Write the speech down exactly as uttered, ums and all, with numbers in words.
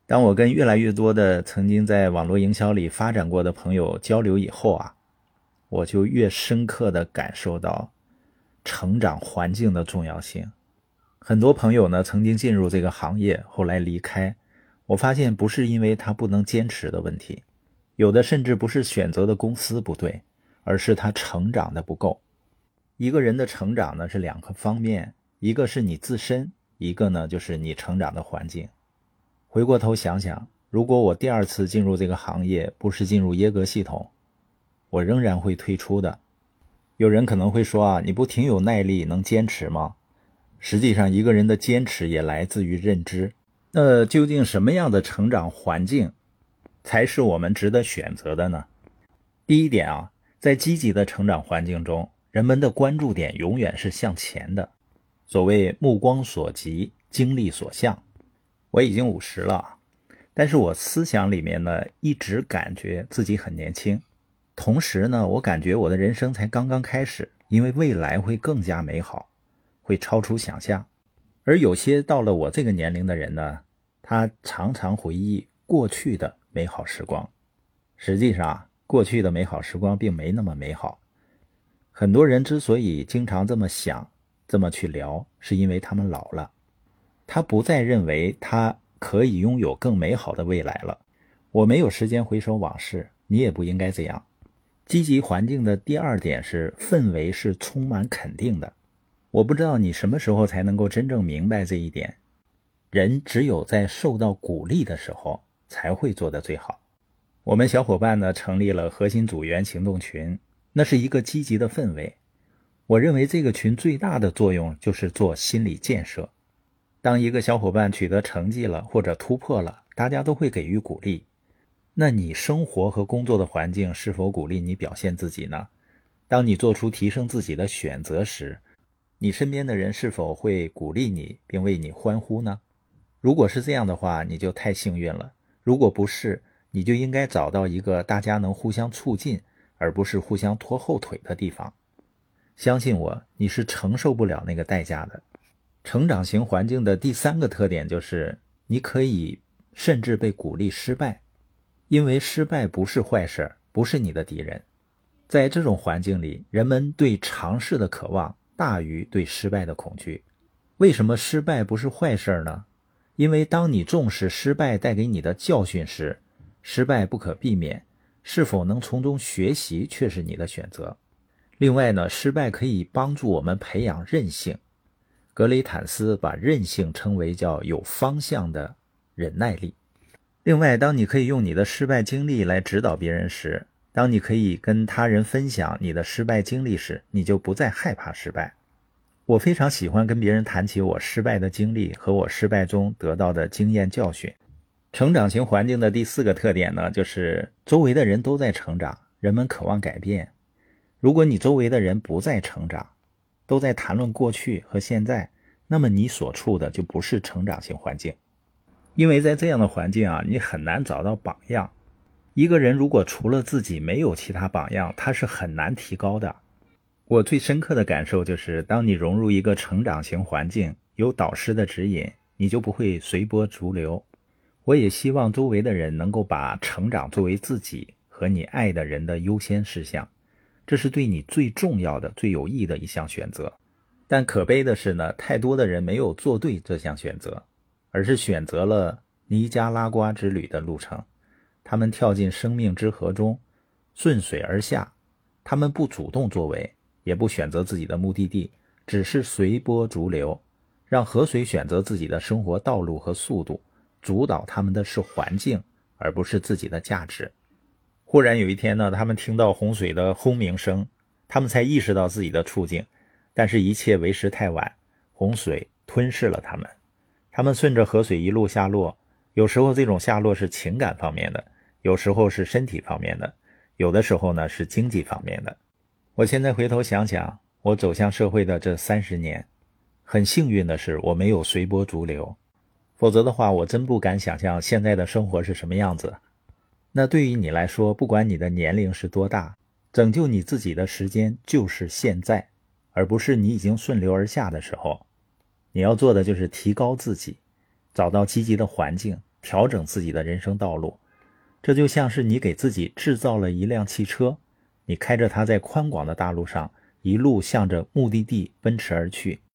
当我跟越来越多的曾经在网络营销里发展过的朋友交流以后啊，我就越深刻地感受到成长环境的重要性。很多朋友呢曾经进入这个行业，后来离开，我发现不是因为他不能坚持的问题，有的甚至不是选择的公司不对，而是他成长的不够。一个人的成长呢是两个方面，一个是你自身，一个呢就是你成长的环境。回过头想想，如果我第二次进入这个行业不是进入耶格系统，我仍然会退出的。有人可能会说啊，你不挺有耐力能坚持吗？实际上一个人的坚持也来自于认知。那究竟什么样的成长环境才是我们值得选择的呢？第一点啊，在积极的成长环境中，人们的关注点永远是向前的。所谓目光所及，精力所向。我已经五十了，但是我思想里面呢，一直感觉自己很年轻。同时呢，我感觉我的人生才刚刚开始，因为未来会更加美好，会超出想象。而有些到了我这个年龄的人呢，他常常回忆过去的美好时光。实际上，过去的美好时光并没那么美好。很多人之所以经常这么想，这么去聊，是因为他们老了。他不再认为他可以拥有更美好的未来了。我没有时间回首往事，你也不应该这样。积极环境的第二点是氛围是充满肯定的。我不知道你什么时候才能够真正明白这一点。人只有在受到鼓励的时候才会做得最好。我们小伙伴呢成立了核心组员行动群，那是一个积极的氛围。我认为这个群最大的作用就是做心理建设。当一个小伙伴取得成绩了或者突破了，大家都会给予鼓励。那你生活和工作的环境是否鼓励你表现自己呢？当你做出提升自己的选择时，你身边的人是否会鼓励你并为你欢呼呢？如果是这样的话，你就太幸运了。如果不是，你就应该找到一个大家能互相促进，而不是互相拖后腿的地方。相信我，你是承受不了那个代价的。成长型环境的第三个特点就是，你可以甚至被鼓励失败，因为失败不是坏事，不是你的敌人。在这种环境里，人们对尝试的渴望大于对失败的恐惧。为什么失败不是坏事呢？因为当你重视失败带给你的教训时，失败不可避免，是否能从中学习却是你的选择。另外呢，失败可以帮助我们培养韧性。格雷坦斯把韧性称为叫有方向的忍耐力。另外，当你可以用你的失败经历来指导别人时，当你可以跟他人分享你的失败经历时，你就不再害怕失败。我非常喜欢跟别人谈起我失败的经历和我失败中得到的经验教训。成长型环境的第四个特点呢，就是周围的人都在成长，人们渴望改变。如果你周围的人不再成长，都在谈论过去和现在，那么你所处的就不是成长型环境。因为在这样的环境啊，你很难找到榜样。一个人如果除了自己没有其他榜样，他是很难提高的。我最深刻的感受就是，当你融入一个成长型环境，有导师的指引，你就不会随波逐流。我也希望周围的人能够把成长作为自己和你爱的人的优先事项，这是对你最重要的、最有益的一项选择。但可悲的是呢，太多的人没有做对这项选择，而是选择了尼加拉瓜之旅的路程。他们跳进生命之河中，顺水而下。他们不主动作为，也不选择自己的目的地，只是随波逐流，让河水选择自己的生活道路和速度，主导他们的是环境，而不是自己的价值。忽然有一天呢，他们听到洪水的轰鸣声，他们才意识到自己的处境，但是一切为时太晚，洪水吞噬了他们。他们顺着河水一路下落，有时候这种下落是情感方面的，有时候是身体方面的，有的时候呢是经济方面的。我现在回头想想，我走向社会的这三十年，很幸运的是我没有随波逐流，否则的话我真不敢想象现在的生活是什么样子。那对于你来说，不管你的年龄是多大，拯救你自己的时间就是现在，而不是你已经顺流而下的时候。你要做的就是提高自己，找到积极的环境， 调整自己的人生道路。这就像是你给自己制造了一辆汽车，你开着它在宽广的大路上一路向着目的地奔驰而去。